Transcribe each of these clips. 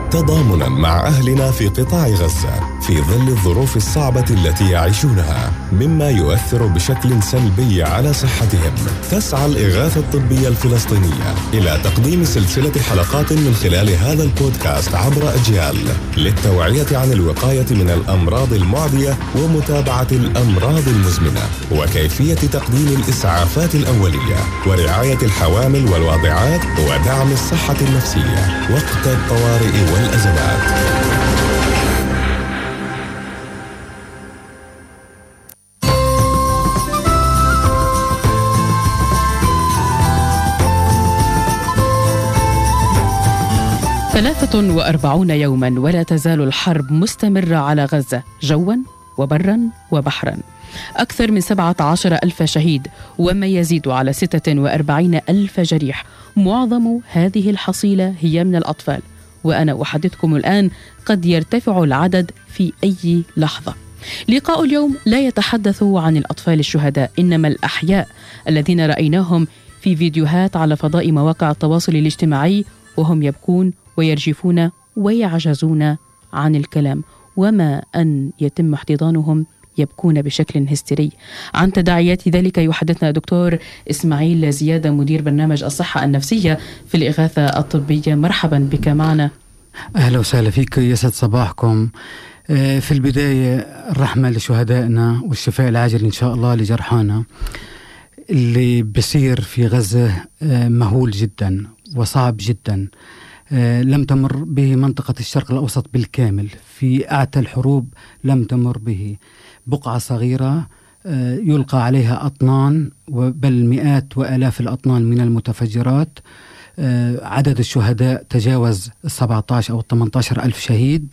تضامنا مع أهلنا في قطاع غزة في ظل الظروف الصعبة التي يعيشونها مما يؤثر بشكل سلبي على صحتهم. تسعى الإغاثة الطبية الفلسطينية إلى تقديم سلسلة حلقات من خلال هذا البودكاست عبر أجيال للتوعية عن الوقاية من الأمراض المعدية ومتابعة الأمراض المزمنة وكيفية تقديم الإسعافات الأولية ورعاية الحوامل والواضعات ودعم الصحة النفسية وقت الطوارئ والأزمات. ثلاثة 40 يوما ولا تزال الحرب مستمرة على غزة جوا وبرا وبحرا. أكثر من 17,000 شهيد وما يزيد على 46,000 جريح. معظم هذه الحصيلة هي من الأطفال، وأنا أحدثكم الآن قد يرتفع العدد في أي لحظة. لقاء اليوم لا يتحدث عن الأطفال الشهداء، إنما الأحياء الذين رأيناهم في فيديوهات على فضاء مواقع التواصل الاجتماعي وهم يبكون ويرجفون ويعجزون عن الكلام، وما أن يتم احتضانهم يبكون بشكل هستيري. عن تداعيات ذلك يحدثنا دكتور إسماعيل زيادة، مدير برنامج الصحة النفسية في الإغاثة الطبية. مرحبا بك معنا. أهلا وسهلا فيك، يسعد صباحكم. في البداية الرحمة لشهدائنا والشفاء العاجل إن شاء الله لجرحانا. اللي بيصير في غزة مهول جدا وصعب جدا، لم تمر به منطقة الشرق الأوسط بالكامل في أعتى الحروب، لم تمر به. بقعة صغيرة يلقى عليها أطنان بل مئات وآلاف الأطنان من المتفجرات. عدد الشهداء تجاوز 17 أو 18 ألف شهيد،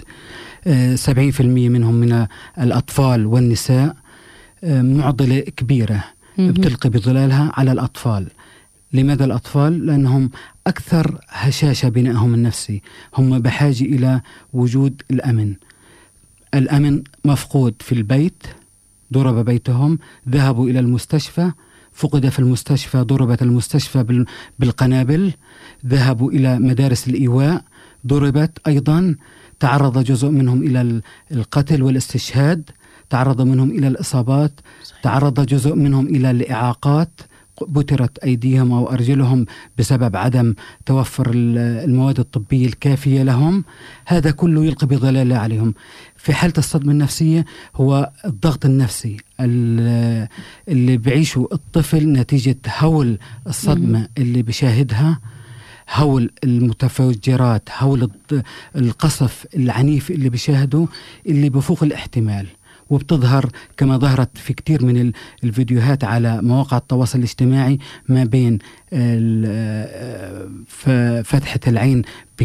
70% منهم من الأطفال والنساء. معضلة كبيرة بتلقي بظلالها على الأطفال. لماذا الأطفال؟ لأنهم أكثر هشاشة بنائهم النفسي، هم بحاجة إلى وجود الأمن. الأمن مفقود في البيت، ضرب بيتهم، ذهبوا إلى المستشفى، فقد في المستشفى، ضربت المستشفى بالقنابل، ذهبوا إلى مدارس الإيواء، ضربت أيضا، تعرض جزء منهم إلى القتل والاستشهاد، تعرض منهم إلى الإصابات، تعرض جزء منهم إلى الإعاقات، بترت أيديهم أو أرجلهم بسبب عدم توفر المواد الطبية الكافية لهم. هذا كله يلقي بظلالة عليهم. في حالة الصدمة النفسية هو الضغط النفسي اللي بيعيشه الطفل نتيجة هول الصدمة اللي بيشاهدها، هول المتفجرات، هول القصف العنيف اللي بيشاهده، اللي بفوق الاحتمال. وبتظهر كما ظهرت في كتير من الفيديوهات على مواقع التواصل الاجتماعي ما بين فتحة العين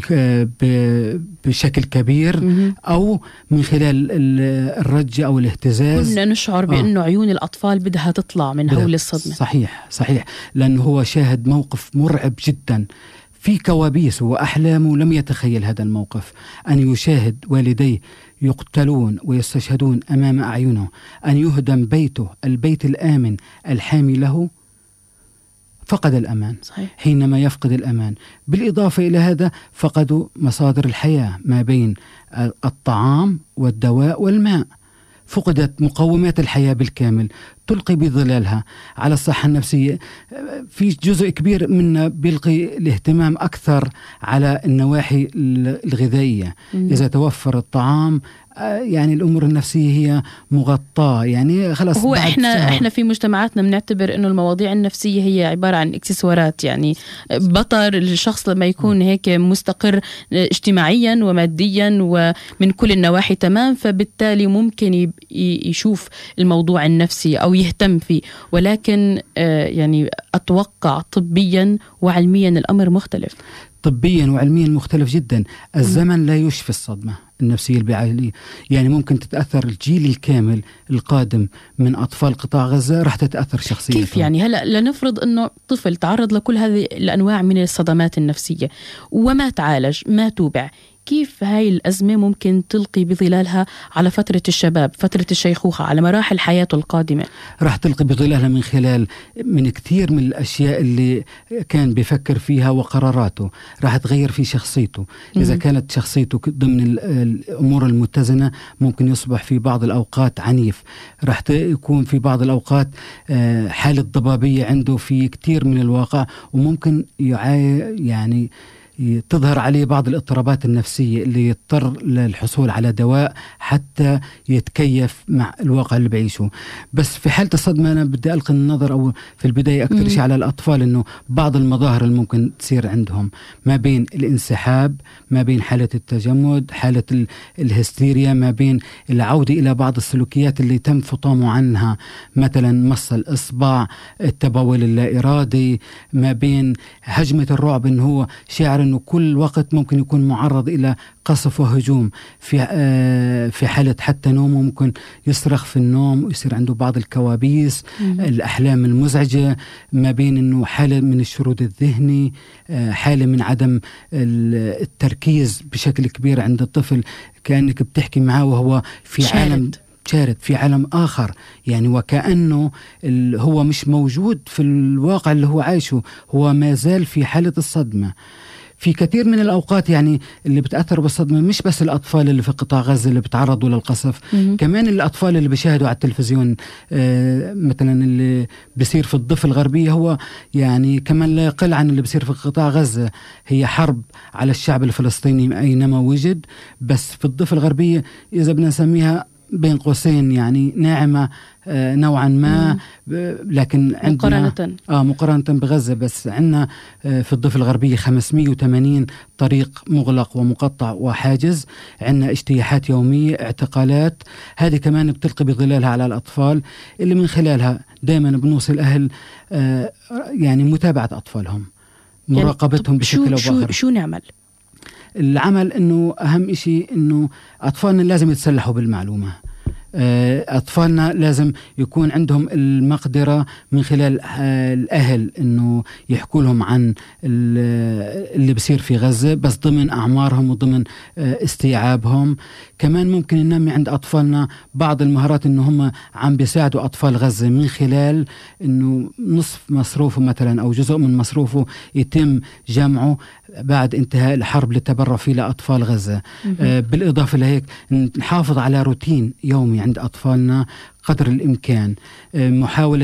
بشكل كبير أو من خلال الرج أو الاهتزاز. كنا نشعر بأنه عيون الأطفال بدها تطلع من هول الصدمة. صحيح، لأنه هو شاهد موقف مرعب جدا، في كوابيس وأحلامه لم يتخيل هذا الموقف، أن يشاهد والديه يقتلون ويستشهدون أمام أعينه، أن يهدم بيته، البيت الآمن الحامي له. فقد الأمان. صحيح. حينما يفقد الأمان، بالإضافة إلى هذا فقدوا مصادر الحياة ما بين الطعام والدواء والماء. فقدت مقومات الحياة بالكامل، تلقي بظلالها على الصحة النفسية. في جزء كبير منا بيلقي الاهتمام أكثر على النواحي الغذائية. إذا توفر الطعام يعني الأمور النفسية هي مغطاة، يعني خلاص. هو احنا في مجتمعاتنا بنعتبر انه المواضيع النفسية هي عبارة عن اكسسوارات، يعني بطر الشخص لما يكون هيك مستقر اجتماعيا وماديا ومن كل النواحي تمام، فبالتالي ممكن يشوف الموضوع النفسي او يهتم فيه. ولكن يعني اتوقع طبيا وعلميا الامر مختلف. طبيا وعلميا مختلف جدا. الزمن لا يشفي الصدمة النفسية البعالية، يعني ممكن تتأثر الجيل الكامل القادم من أطفال قطاع غزة، راح تتأثر شخصيا. كيف يعني؟ هلأ لنفرض أنه طفل تعرض لكل هذه الأنواع من الصدمات النفسية وما تعالج، ما توبع، كيف هاي الأزمة ممكن تلقي بظلالها على فترة الشباب، فترة الشيخوخة، على مراحل حياته القادمة؟ راح تلقي بظلالها من خلال من كثير من الأشياء اللي كان بيفكر فيها وقراراته، راح تغير في شخصيته. إذا كانت شخصيته ضمن الأمور المتزنة ممكن يصبح في بعض الأوقات عنيف، راح يكون في بعض الأوقات حالة ضبابية عنده في كثير من الواقع، وممكن يعني تظهر عليه بعض الاضطرابات النفسية اللي يضطر للحصول على دواء حتى يتكيف مع الواقع اللي بعيشه. بس في حالة الصدمة أنا بدي ألقي النظر أو في البداية أكثر شيء على الأطفال، إنه بعض المظاهر اللي ممكن تصير عندهم ما بين الانسحاب، ما بين حالة التجمد، حالة الهستيريا، ما بين العودة إلى بعض السلوكيات اللي تم فطامه عنها، مثلا مص الإصبع، التبول اللا إرادي، ما بين هجمة الرعب، إنه هو شاعر إنه كل وقت ممكن يكون معرض إلى قصف وهجوم. في حالة حتى نومه ممكن يصرخ في النوم ويصير عنده بعض الكوابيس، الأحلام المزعجة، ما بين إنه حالة من الشرود الذهني، حالة من عدم التركيز بشكل كبير عند الطفل، كأنك بتحكي معه وهو في عالم شارد، في عالم آخر، يعني وكأنه هو مش موجود في الواقع اللي هو عايشه، هو ما زال في حالة الصدمة. في كثير من الأوقات يعني اللي بتأثر بالصدمة مش بس الأطفال اللي في قطاع غزة اللي بتعرضوا للقصف، كمان الأطفال اللي بيشاهدوا على التلفزيون مثلا اللي بيصير في الضفة الغربية، هو يعني كمان لا يقل عن اللي بيصير في قطاع غزة. هي حرب على الشعب الفلسطيني أينما وجد، بس في الضفة الغربية إذا بدنا نسميها بين قوسين يعني ناعمة نوعا ما، لكن عندنا مقارنة بغزة، بس عندنا في الضفة الغربية 580 طريق مغلق ومقطع وحاجز، عندنا اجتياحات يومية، اعتقالات، هذه كمان بتلقي بظلالها على الأطفال، اللي من خلالها دائما بنوصل أهل يعني متابعة أطفالهم، مراقبتهم بشكل أو بآخر. شو نعمل؟ العمل إنه أهم إشي إنه أطفالنا لازم يتسلحوا بالمعلومة، أطفالنا لازم يكون عندهم المقدرة من خلال الأهل إنه يحكوا لهم عن اللي بيصير في غزة، بس ضمن أعمارهم وضمن استيعابهم. كمان ممكن ننمي عند أطفالنا بعض المهارات، إنه هم عم بيساعدوا أطفال غزة من خلال إنه نصف مصروفه مثلا أو جزء من مصروفه يتم جمعه بعد انتهاء الحرب للتبرع فيه لأطفال غزة. بالإضافة لهيك نحافظ على روتين يومي عند أطفالنا قدر الإمكان، محاولة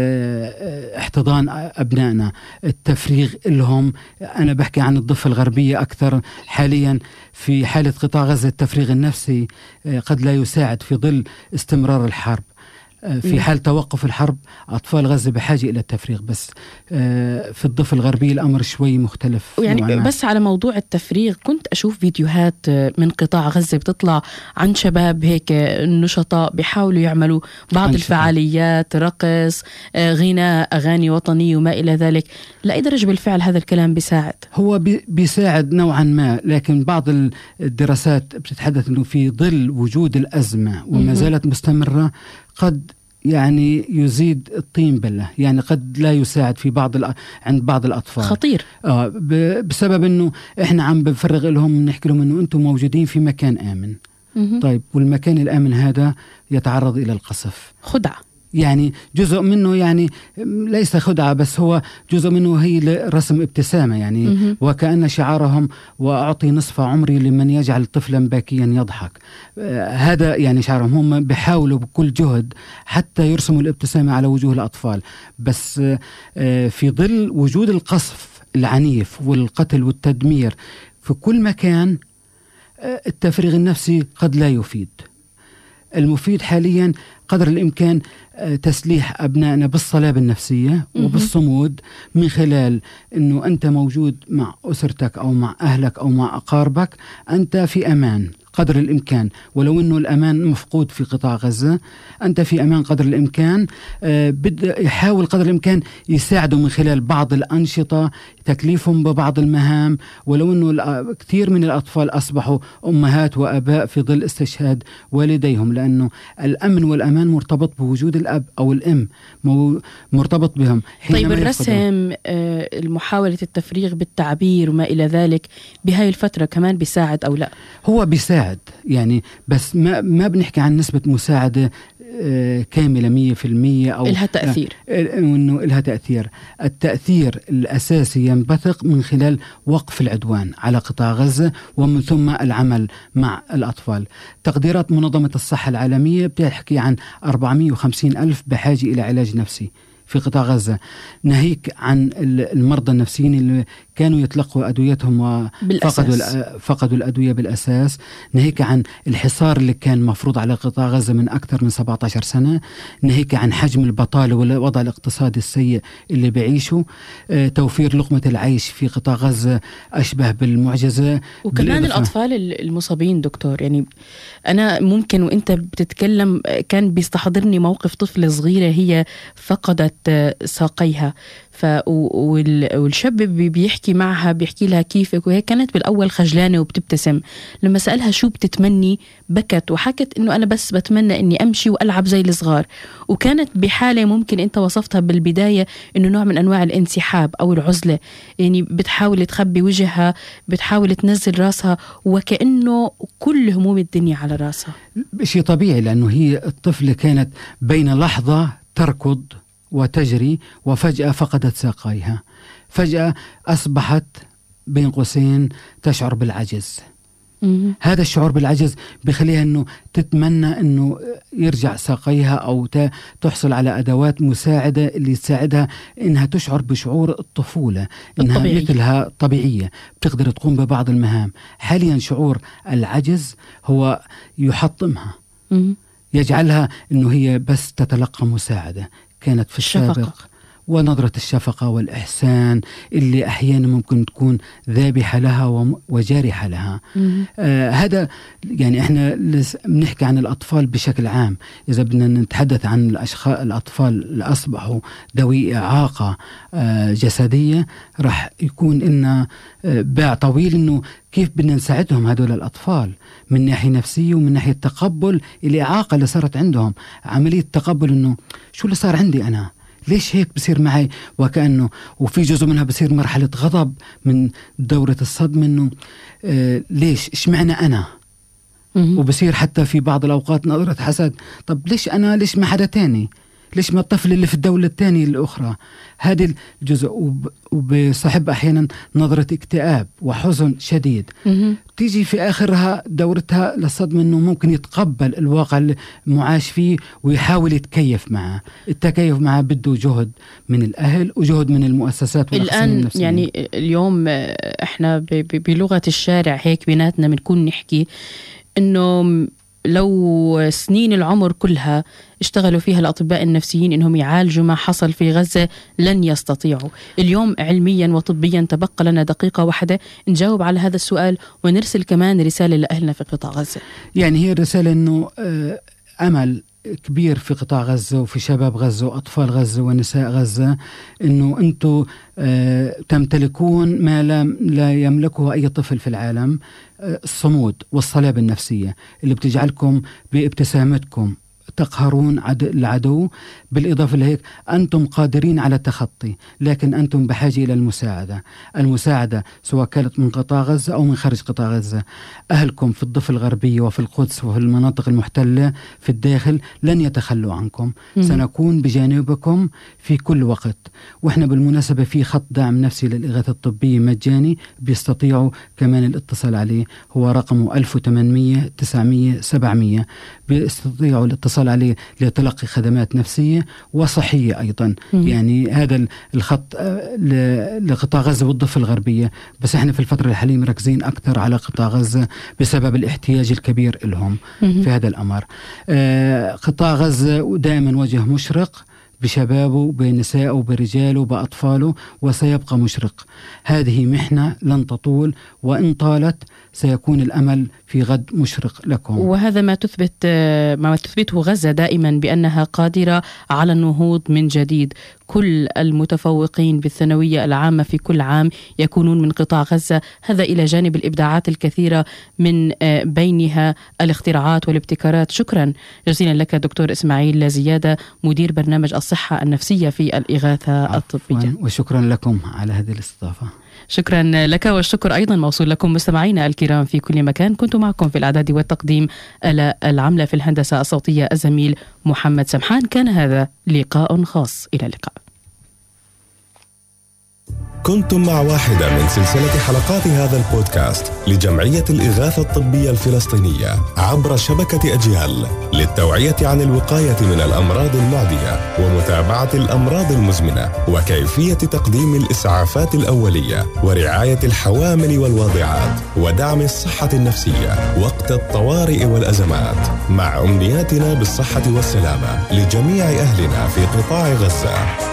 احتضان أبنائنا، التفريغ لهم. أنا بحكي عن الضفة الغربية أكثر حاليا، في حالة قطاع غزة التفريغ النفسي قد لا يساعد في ظل استمرار الحرب. في حال توقف الحرب أطفال غزة بحاجة إلى التفريغ، بس في الضفة الغربية الأمر شوي مختلف. يعني بس على موضوع التفريغ، كنت أشوف فيديوهات من قطاع غزة بتطلع عن شباب هيك نشطاء بيحاولوا يعملوا بعض الفعاليات، رقص، غناء، أغاني وطنية وما إلى ذلك. لأي درجة بالفعل هذا الكلام بيساعد؟ هو بيساعد نوعا ما، لكن بعض الدراسات بتتحدث أنه في ظل وجود الأزمة وما زالت مستمرة قد يعني يزيد الطين بلة، يعني قد لا يساعد في عند بعض الأطفال. خطير. بسبب أنه إحنا عم بنفرغ لهم، نحكي لهم أنه أنتم موجودين في مكان آمن. طيب، والمكان الآمن هذا يتعرض إلى القصف. خدعة، يعني جزء منه، يعني ليس خدعة، بس هو جزء منه هي رسم ابتسامة، يعني وكأن شعارهم وأعطي نصف عمري لمن يجعل طفلا باكيا يضحك. هذا يعني شعارهم، هم بيحاولوا بكل جهد حتى يرسموا الابتسامة على وجوه الأطفال، بس في ظل وجود القصف العنيف والقتل والتدمير في كل مكان، التفريغ النفسي قد لا يفيد. المفيد حاليا قدر الإمكان تسليح أبنائنا بالصلابة النفسية وبالصمود، من خلال أنه أنت موجود مع أسرتك أو مع أهلك أو مع أقاربك، أنت في أمان قدر الإمكان، ولو أنه الأمان مفقود في قطاع غزة، أنت في أمان قدر الإمكان. يحاول قدر الإمكان يساعده من خلال بعض الأنشطة، تكليفهم ببعض المهام، ولو أنه كثير من الأطفال أصبحوا أمهات وأباء في ظل استشهاد والديهم، لأنه الأمن والأمان مرتبط بوجود الأب أو الأم، مرتبط بهم. طيب الرسم، محاولة التفريغ بالتعبير وما إلى ذلك بهاي الفترة كمان بيساعد أو لا؟ هو بيساعد يعني، بس ما بنحكي عن نسبة مساعدة كاملة 100% أو إلها تأثير، إنه إلها تأثير. التأثير الأساسي ينبثق من خلال وقف العدوان على قطاع غزة، ومن ثم العمل مع الأطفال. تقديرات منظمة الصحة العالمية بتحكي عن 450 ألف بحاجة إلى علاج نفسي في قطاع غزة، ناهيك عن المرضى النفسيين اللي كانوا يتلقوا أدويتهم وفقدوا الأدوية بالأساس، ناهيك عن الحصار اللي كان مفروض على قطاع غزة من أكثر من 17 سنة، ناهيك عن حجم البطالة والوضع الاقتصادي السيء اللي بيعيشوا. توفير لقمة العيش في قطاع غزة أشبه بالمعجزة. وكمان الأطفال المصابين دكتور، يعني أنا ممكن وإنت بتتكلم كان بيستحضرني موقف طفلة صغيرة هي فقدت ساقيها، والشاب بيحكي معها، بيحكي لها كيفك، وهي كانت بالأول خجلانة وبتبتسم. لما سألها شو بتتمني بكت وحكت إنه أنا بس بتمنى إني أمشي وألعب زي الصغار. وكانت بحالة ممكن أنت وصفتها بالبداية إنه نوع من أنواع الانسحاب أو العزلة، يعني بتحاول تخبي وجهها، بتحاول تنزل راسها، وكأنه كل هموم الدنيا على راسها. شيء طبيعي، لأنه هي الطفلة كانت بين لحظة تركض وتجري وفجأة فقدت ساقيها، فجأة أصبحت بين قوسين تشعر بالعجز. هذا الشعور بالعجز بخليها أنه تتمنى أنه يرجع ساقيها أو تحصل على أدوات مساعدة اللي تساعدها أنها تشعر بشعور الطفولة، أنها مثلها طبيعية بتقدر تقوم ببعض المهام. حاليا شعور العجز هو يحطمها، يجعلها أنه هي بس تتلقى مساعدة. كانت في السابق ونظرة الشفقة والإحسان اللي أحيانا ممكن تكون ذابحة لها وجارحة لها. هذا يعني إحنا بنحكي عن الأطفال بشكل عام. إذا بدنا نتحدث عن الأطفال اللي أصبحوا ذوي إعاقة جسدية، رح يكون لنا باع طويل إنه كيف بدنا نساعدهم هدول الأطفال من ناحية نفسية ومن ناحية تقبل الإعاقة اللي صارت عندهم. عملية تقبل إنه شو اللي صار عندي أنا، ليش هيك بصير معي، وكأنه وفي جزء منها بصير مرحلة غضب من دورة الصدمة إنه ليش إشمعنى أنا، وبصير حتى في بعض الأوقات نظرة حسد، طب ليش أنا، ليش ما حدا تاني، ليش ما الطفل اللي في الدولة الثانية الأخرى. هذه الجزء وبصاحب أحيانا نظرة اكتئاب وحزن شديد. تيجي في آخرها دورتها للصدمة أنه ممكن يتقبل الواقع المعاش فيه ويحاول يتكيف معه. التكيف معه بده جهد من الأهل وجهد من المؤسسات والأقسام النفسية. يعني اليوم إحنا بلغة الشارع هيك بيناتنا بنكون نحكي أنه لو سنين العمر كلها اشتغلوا فيها الأطباء النفسيين إنهم يعالجوا ما حصل في غزة لن يستطيعوا. اليوم علميا وطبيا تبقى لنا دقيقة واحدة نجاوب على هذا السؤال ونرسل كمان رسالة لأهلنا في قطاع غزة. يعني هي الرسالة إنه أمل كبير في قطاع غزة وفي شباب غزة وأطفال غزة ونساء غزة، إنه أنتم تمتلكون ما لا يملكه أي طفل في العالم، الصمود والصلابة النفسية اللي بتجعلكم بابتسامتكم تقهرون العدو. بالإضافة لهيك أنتم قادرين على التخطي، لكن أنتم بحاجة إلى المساعدة سواء كانت من قطاع غزة أو من خارج قطاع غزة. أهلكم في الضفة الغربية وفي القدس وفي المناطق المحتلة في الداخل لن يتخلوا عنكم. سنكون بجانبكم في كل وقت. وإحنا بالمناسبة في خط دعم نفسي للإغاثة الطبية مجاني، بيستطيعوا كمان الاتصال عليه، هو رقمه 1800 900 700. بيستطيعوا الاتصال عليه لتلقي خدمات نفسية وصحية أيضا. يعني هذا الخط لقطاع غزة والضفة الغربية، بس احنا في الفترة الحالية مركزين أكثر على قطاع غزة بسبب الاحتياج الكبير لهم في هذا الأمر. قطاع غزة دائما وجه مشرق بشبابه بنسائه برجاله بأطفاله، وسيبقى مشرق. هذه محنة لن تطول، وإن طالت سيكون الأمل في غد مشرق لكم. وهذا ما تثبته غزة دائما، بأنها قادرة على النهوض من جديد. كل المتفوقين بالثانوية العامة في كل عام يكونون من قطاع غزة، هذا إلى جانب الإبداعات الكثيرة من بينها الاختراعات والابتكارات. شكرا جزيلا لك دكتور إسماعيل زيادة، مدير برنامج الصحة النفسية في الإغاثة الطبية. وشكرا لكم على هذه الاستضافة. شكرا لك، والشكر أيضا موصول لكم مستمعينا الكرام في كل مكان. كنت معكم في الإعداد والتقديم العاملة في الهندسة الصوتية الزميل محمد سمحان. كان هذا لقاء خاص، إلى اللقاء. كنتم مع واحدة من سلسلة حلقات هذا البودكاست لجمعية الإغاثة الطبية الفلسطينية عبر شبكة أجيال للتوعية عن الوقاية من الأمراض المعدية ومتابعة الأمراض المزمنة وكيفية تقديم الإسعافات الأولية ورعاية الحوامل والواضعات ودعم الصحة النفسية وقت الطوارئ والأزمات، مع أمنياتنا بالصحة والسلامة لجميع أهلنا في قطاع غزة.